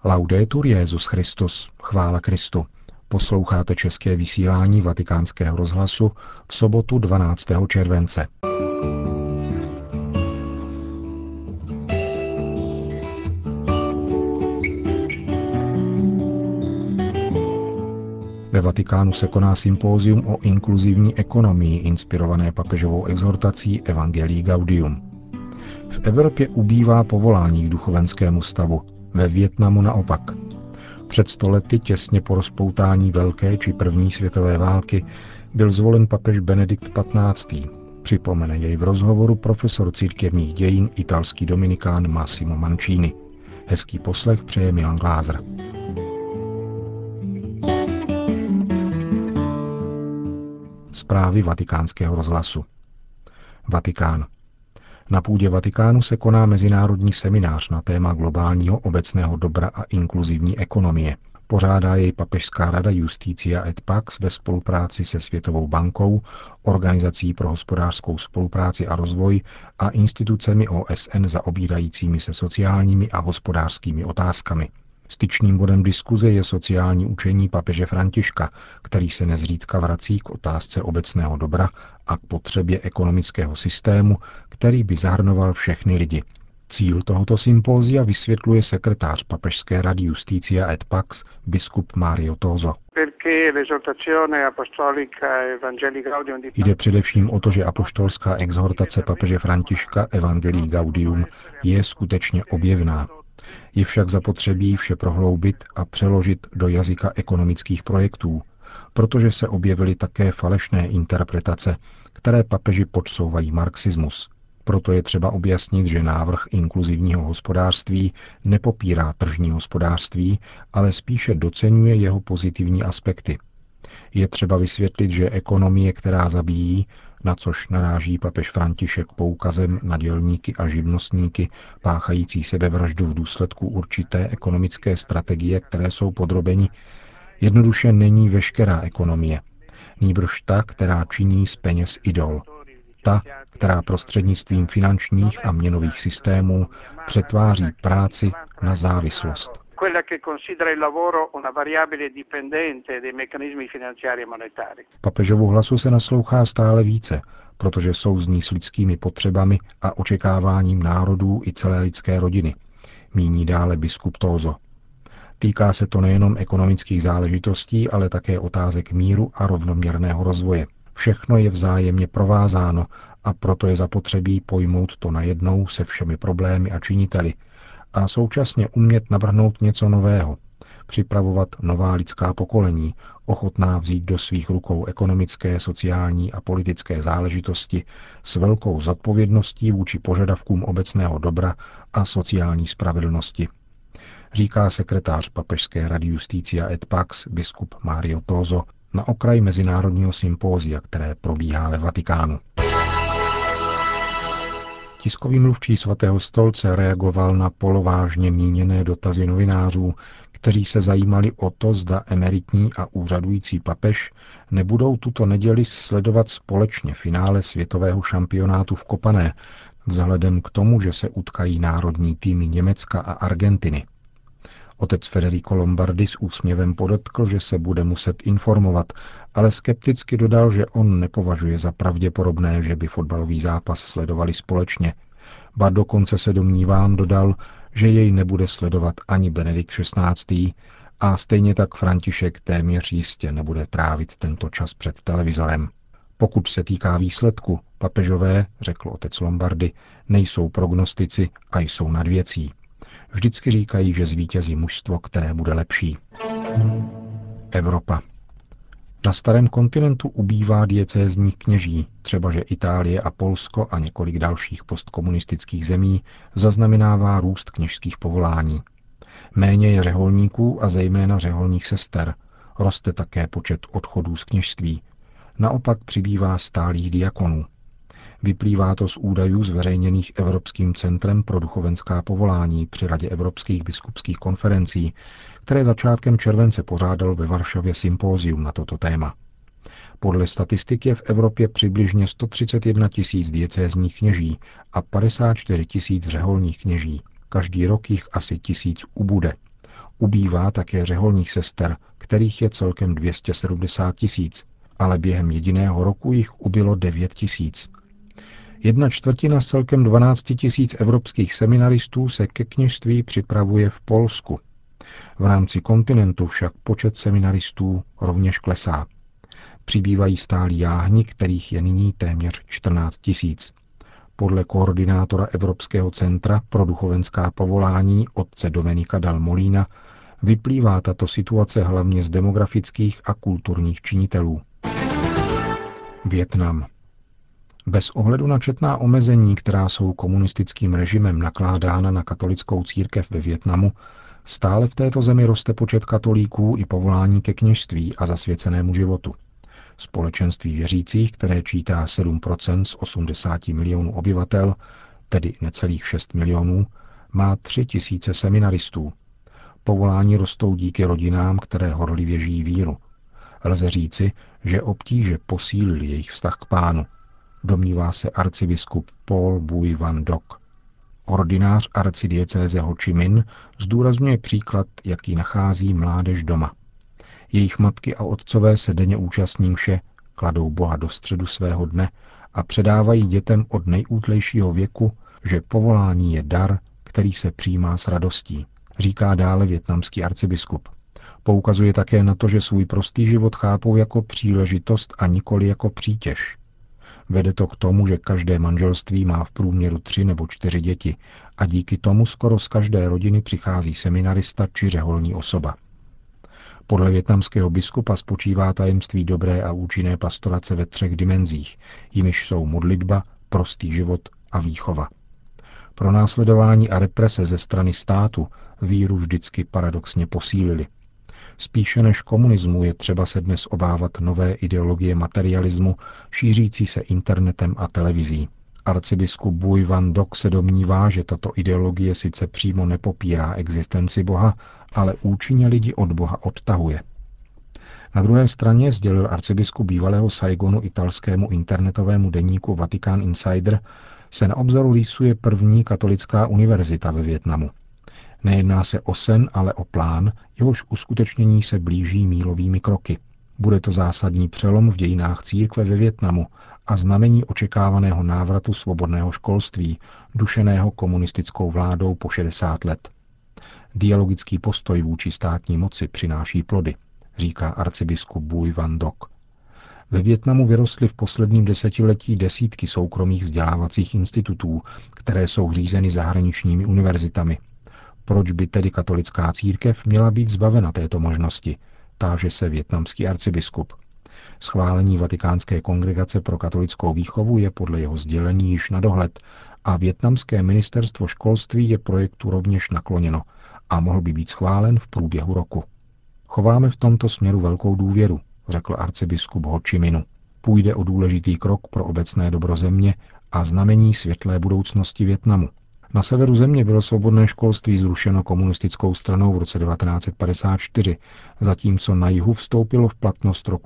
Laudetur Jesus Christus, chvála Kristu. Posloucháte české vysílání Vatikánského rozhlasu v sobotu 12. července. Ve Vatikánu se koná sympózium o inkluzivní ekonomii inspirované papežovou exhortací Evangelii Gaudium. V Evropě ubývá povolání k duchovenskému stavu, ve Vietnamu naopak. Před 100 lety, těsně po rozpoutání Velké či první světové války, byl zvolen papež Benedikt XV. Připomene jej v rozhovoru profesor církevních dějin italský dominikán Massimo Mancini. Hezký poslech přeje Milan Glázer. Zprávy Vatikánského rozhlasu. Vatikán. Na půdě Vatikánu se koná mezinárodní seminář na téma globálního obecného dobra a inkluzivní ekonomie. Pořádá jej Papežská rada Justitia et Pax ve spolupráci se Světovou bankou, Organizací pro hospodářskou spolupráci a rozvoj a institucemi OSN zaobírajícími se sociálními a hospodářskými otázkami. Styčným bodem diskuze je sociální učení papeže Františka, který se nezřídka vrací k otázce obecného dobra a k potřebě ekonomického systému, který by zahrnoval všechny lidi. Cíl tohoto sympózia vysvětluje sekretář Papežské rady Justitia et Pax biskup Mario Toso. Jde především o to, že apoštolská exhortace papeže Františka Evangelii Gaudium je skutečně objevná. Je však zapotřebí vše prohloubit a přeložit do jazyka ekonomických projektů, protože se objevily také falešné interpretace, které papeži podsouvají marxismus. Proto je třeba objasnit, že návrh inkluzivního hospodářství nepopírá tržní hospodářství, ale spíše doceňuje jeho pozitivní aspekty. Je třeba vysvětlit, že ekonomie, která zabíjí, na což naráží papež František poukazem na dělníky a živnostníky páchající sebevraždu v důsledku určité ekonomické strategie, které jsou podrobeni, jednoduše není veškerá ekonomie, nýbrž ta, která činí z peněz idol. Ta, která prostřednictvím finančních a měnových systémů přetváří práci na závislost. Papežovu hlasu se naslouchá stále více, protože souzní s lidskými potřebami a očekáváním národů i celé lidské rodiny, míní dále biskup Toso. Týká se to nejenom ekonomických záležitostí, ale také otázek míru a rovnoměrného rozvoje. Všechno je vzájemně provázáno a proto je zapotřebí pojmout to najednou se všemi problémy a činiteli a současně umět navrhnout něco nového, připravovat nová lidská pokolení, ochotná vzít do svých rukou ekonomické, sociální a politické záležitosti s velkou zodpovědností vůči požadavkům obecného dobra a sociální spravedlnosti, říká sekretář Papežské rady Justitia et Pax biskup Mario Toso na okraj mezinárodního sympózia, které probíhá ve Vatikánu. Tiskový mluvčí Svatého stolce reagoval na polovážně míněné dotazy novinářů, kteří se zajímali o to, zda emeritní a úřadující papež nebudou tuto neděli sledovat společně finále světového šampionátu v kopané, vzhledem k tomu, že se utkají národní týmy Německa a Argentiny. Otec Federico Lombardi s úsměvem podotkl, že se bude muset informovat, ale skepticky dodal, že on nepovažuje za pravděpodobné, že by fotbalový zápas sledovali společně. Ba dokonce se domnívám, dodal, že jej nebude sledovat ani Benedikt XVI. A stejně tak František téměř jistě nebude trávit tento čas před televizorem. Pokud se týká výsledku, papežové, řekl otec Lombardi, nejsou prognostici a jsou nad věcí. Vždycky říkají, že zvítězí mužstvo, které bude lepší. Evropa. Na starém kontinentu ubývá diecézních kněží, třeba že Itálie a Polsko a několik dalších postkomunistických zemí zaznamenává růst kněžských povolání. Méně je řeholníků a zejména řeholních sester. Roste také počet odchodů z kněžství. Naopak přibývá stálých diakonů. Vyplývá to z údajů zveřejněných Evropským centrem pro duchovenská povolání při Radě evropských biskupských konferencí, které začátkem července pořádal ve Varšavě sympózium na toto téma. Podle statistik je v Evropě přibližně 131 000 diecézních kněží a 54 000 řeholních kněží. Každý rok jich asi 1000 ubude. Ubývá také řeholních sester, kterých je celkem 270 000, ale během jediného roku jich ubylo 9 000. 1/4 z celkem 12 000 evropských seminaristů se ke kněžství připravuje v Polsku. V rámci kontinentu však počet seminaristů rovněž klesá. Přibývají stálí jáhni, kterých je nyní téměř 14 000. Podle koordinátora Evropského centra pro duchovenská povolání otce Domenika Dal Molina vyplývá tato situace hlavně z demografických a kulturních činitelů. Vietnam. Bez ohledu na četná omezení, která jsou komunistickým režimem nakládána na katolickou církev ve Vietnamu, stále v této zemi roste počet katolíků i povolání ke kněžství a zasvěcenému životu. Společenství věřících, které čítá 7% z 80 milionů obyvatel, tedy necelých 6 milionů, má 3 000 seminaristů. Povolání rostou díky rodinám, které horlivě žijí víru. Lze říci, že obtíže posílily jejich vztah k Pánu, domnívá se arcibiskup Paul Bui Van Doc. Ordinář arcidiecéze Ho Chi Minh zdůrazňuje příklad, jaký nachází mládež doma. Jejich matky a otcové se denně účastní mše, kladou Boha do středu svého dne a předávají dětem od nejútlejšího věku, že povolání je dar, který se přijímá s radostí, říká dále vietnamský arcibiskup. Poukazuje také na to, že svůj prostý život chápou jako příležitost a nikoli jako přítěž. Vede to k tomu, že každé manželství má v průměru 3 nebo 4 děti a díky tomu skoro z každé rodiny přichází seminarista či řeholní osoba. Podle vietnamského biskupa spočívá tajemství dobré a účinné pastorace ve 3 dimenzích, jimiž jsou modlitba, prostý život a výchova. Pronásledování a represe ze strany státu víru vždycky paradoxně posílily. Spíše než komunismu je třeba se dnes obávat nové ideologie materialismu, šířící se internetem a televizí. Arcibiskup Bui Van Doc se domnívá, že tato ideologie sice přímo nepopírá existenci Boha, ale účinně lidi od Boha odtahuje. Na druhé straně sdělil arcibiskup bývalého Saigonu italskému internetovému deníku Vatican Insider, se na obzoru rýsuje první katolická univerzita ve Vietnamu. Nejedná se o sen, ale o plán, jehož uskutečnění se blíží mílovými kroky. Bude to zásadní přelom v dějinách církve ve Vietnamu a znamení očekávaného návratu svobodného školství, dušeného komunistickou vládou po 60 let. Dialogický postoj vůči státní moci přináší plody, říká arcibiskup Bui Van Doc. Ve Vietnamu vyrostly v posledním desetiletí desítky soukromých vzdělávacích institutů, které jsou řízeny zahraničními univerzitami. Proč by tedy katolická církev měla být zbavena této možnosti, táže se vietnamský arcibiskup. Schválení Vatikánské kongregace pro katolickou výchovu je podle jeho sdělení již na dohled a vietnamské ministerstvo školství je projektu rovněž nakloněno a mohl by být schválen v průběhu roku. Chováme v tomto směru velkou důvěru, řekl arcibiskup Ho Chi Minhu. Půjde o důležitý krok pro obecné dobro země a znamení světlé budoucnosti Vietnamu. Na severu země bylo svobodné školství zrušeno komunistickou stranou v roce 1954, zatímco na jihu vstoupilo v platnost roku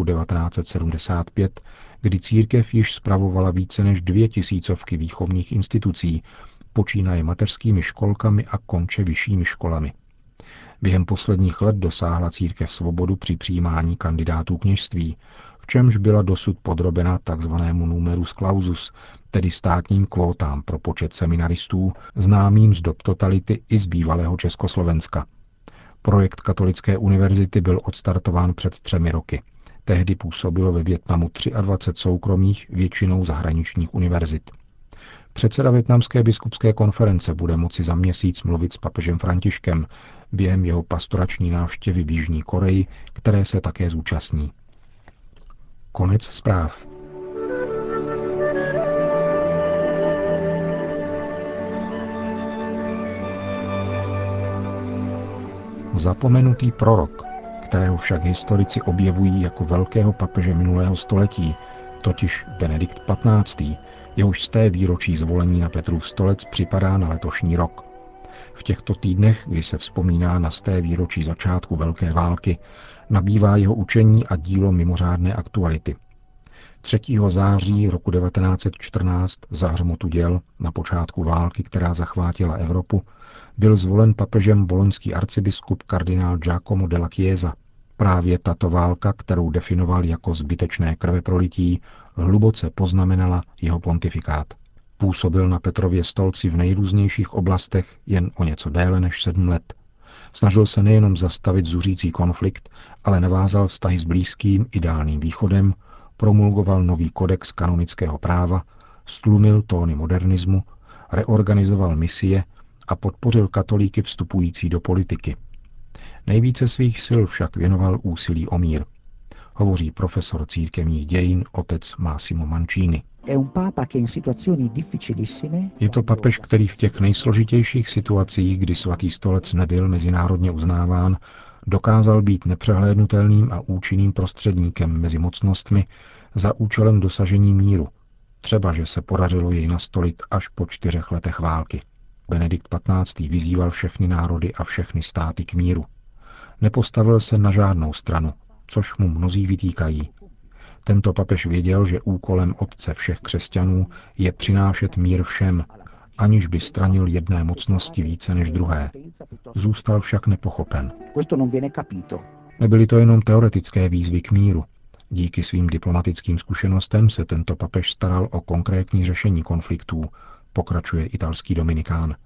1975, kdy církev již spravovala více než 2000 výchovných institucí, počínaje mateřskými školkami a konče vyššími školami. Během posledních let dosáhla církev svobodu při přijímání kandidátů kněžství, v čemž byla dosud podrobena takzvanému numerus clausus, tedy státním kvótám pro počet seminaristů, známým z dob totality i z bývalého Československa. Projekt Katolické univerzity byl odstartován před 3 roky. Tehdy působilo ve Vietnamu 23 soukromých, většinou zahraničních univerzit. Předseda Vietnamské biskupské konference bude moci za měsíc mluvit s papežem Františkem během jeho pastorační návštěvy v Jižní Koreji, které se také zúčastní. Konec zpráv. Zapomenutý prorok, kterého však historici objevují jako velkého papeže minulého století, totiž Benedikt XV., jehož sté výročí zvolení na Petrův stolec připadá na letošní rok. V těchto týdnech, kdy se vzpomíná na sté výročí začátku Velké války, nabývá jeho učení a dílo mimořádné aktuality. 3. září roku 1914 za hřmotu děl na počátku války, která zachvátila Evropu, byl zvolen papežem boloňský arcibiskup kardinál Giacomo della Chiesa. Právě tato válka, kterou definoval jako zbytečné krveprolití, hluboce poznamenala jeho pontifikát. Působil na Petrově stolci v nejrůznějších oblastech jen o něco déle než 7 let. Snažil se nejenom zastavit zuřící konflikt, ale navázal vztahy s Blízkým i Dálným východem, promulgoval nový kodex kanonického práva, stlumil tóny modernismu, reorganizoval misie a podpořil katolíky vstupující do politiky. Nejvíce svých sil však věnoval úsilí o mír. Hovoří profesor církevních dějin otec Massimo Mancini. Je to papež, který v těch nejsložitějších situacích, kdy svatý stolec nebyl mezinárodně uznáván, dokázal být nepřehlédnutelným a účinným prostředníkem mezi mocnostmi za účelem dosažení míru. Třeba, že se podařilo jej nastolit až po 4 letech války. Benedikt XV. Vyzýval všechny národy a všechny státy k míru. Nepostavil se na žádnou stranu, což mu mnozí vytýkají. Tento papež věděl, že úkolem otce všech křesťanů je přinášet mír všem, aniž by stranil jedné mocnosti více než druhé. Zůstal však nepochopen. Nebyly to jenom teoretické výzvy k míru. Díky svým diplomatickým zkušenostem se tento papež staral o konkrétní řešení konfliktů, pokračuje italský dominikán.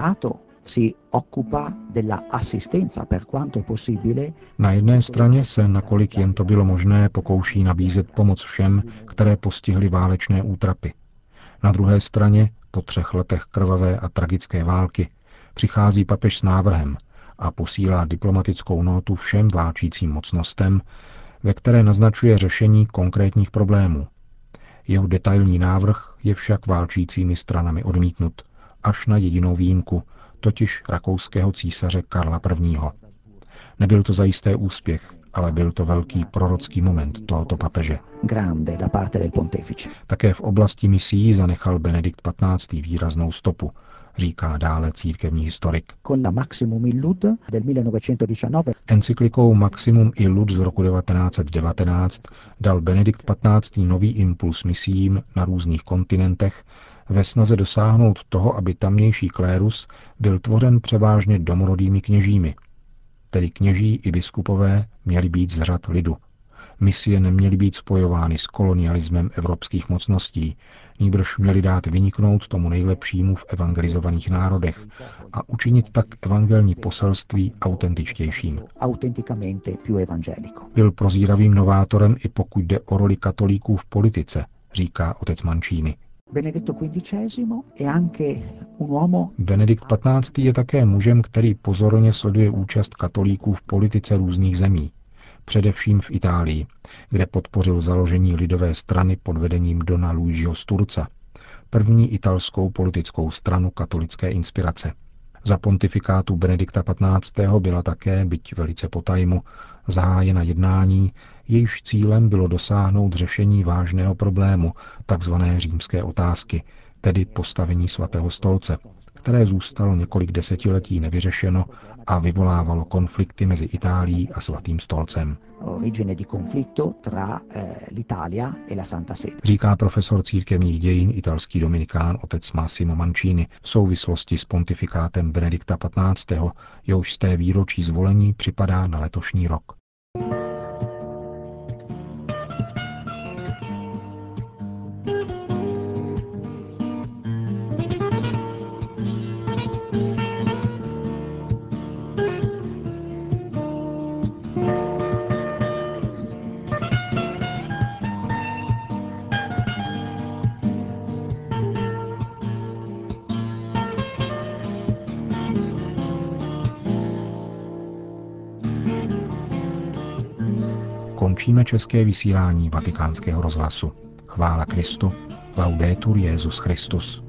Na jedné straně se, nakolik jen to bylo možné, pokouší nabízet pomoc všem, které postihly válečné útrapy. Na druhé straně, po 3 letech krvavé a tragické války, přichází papež s návrhem a posílá diplomatickou nótu všem válčícím mocnostem, ve které naznačuje řešení konkrétních problémů. Jeho detailní návrh je však válčícími stranami odmítnut, až na jedinou výjimku, totiž rakouského císaře Karla I. Nebyl to zajisté úspěch, ale byl to velký prorocký moment tohoto papeže. Také v oblasti misií zanechal Benedikt XV. Výraznou stopu, říká dále církevní historik. Encyklikou Maximum Illud z roku 1919 dal Benedikt XV. Nový impuls misiím na různých kontinentech ve snaze dosáhnout toho, aby tamnější klérus byl tvořen převážně domorodými kněžími. Tedy kněží i biskupové měli být z řad lidu. Misie neměly být spojovány s kolonialismem evropských mocností, nýbrž měly dát vyniknout tomu nejlepšímu v evangelizovaných národech a učinit tak evangelní poselství autentičtějším. Byl prozíravým novátorem i pokud jde o roli katolíků v politice, říká otec Mancini. Benedikt XV. Je také mužem, který pozorně sleduje účast katolíků v politice různých zemí, především v Itálii, kde podpořil založení lidové strany pod vedením Dona Luigiho Sturza, první italskou politickou stranu katolické inspirace. Za pontifikátu Benedikta XV. Byla také, byť velice potajmu, zahájena jednání, jejíž cílem bylo dosáhnout řešení vážného problému, takzvané římské otázky, tedy postavení svatého stolce, které zůstalo několik desetiletí nevyřešeno a vyvolávalo konflikty mezi Itálií a svatým stolcem. Říká profesor církevních dějin italský dominikán otec Massimo Mancini v souvislosti s pontifikátem Benedikta XV., jehož z té výročí zvolení připadá na letošní rok. Končíme české vysílání Vatikánského rozhlasu. Chvála Kristu. Laudetur Jesus Christus.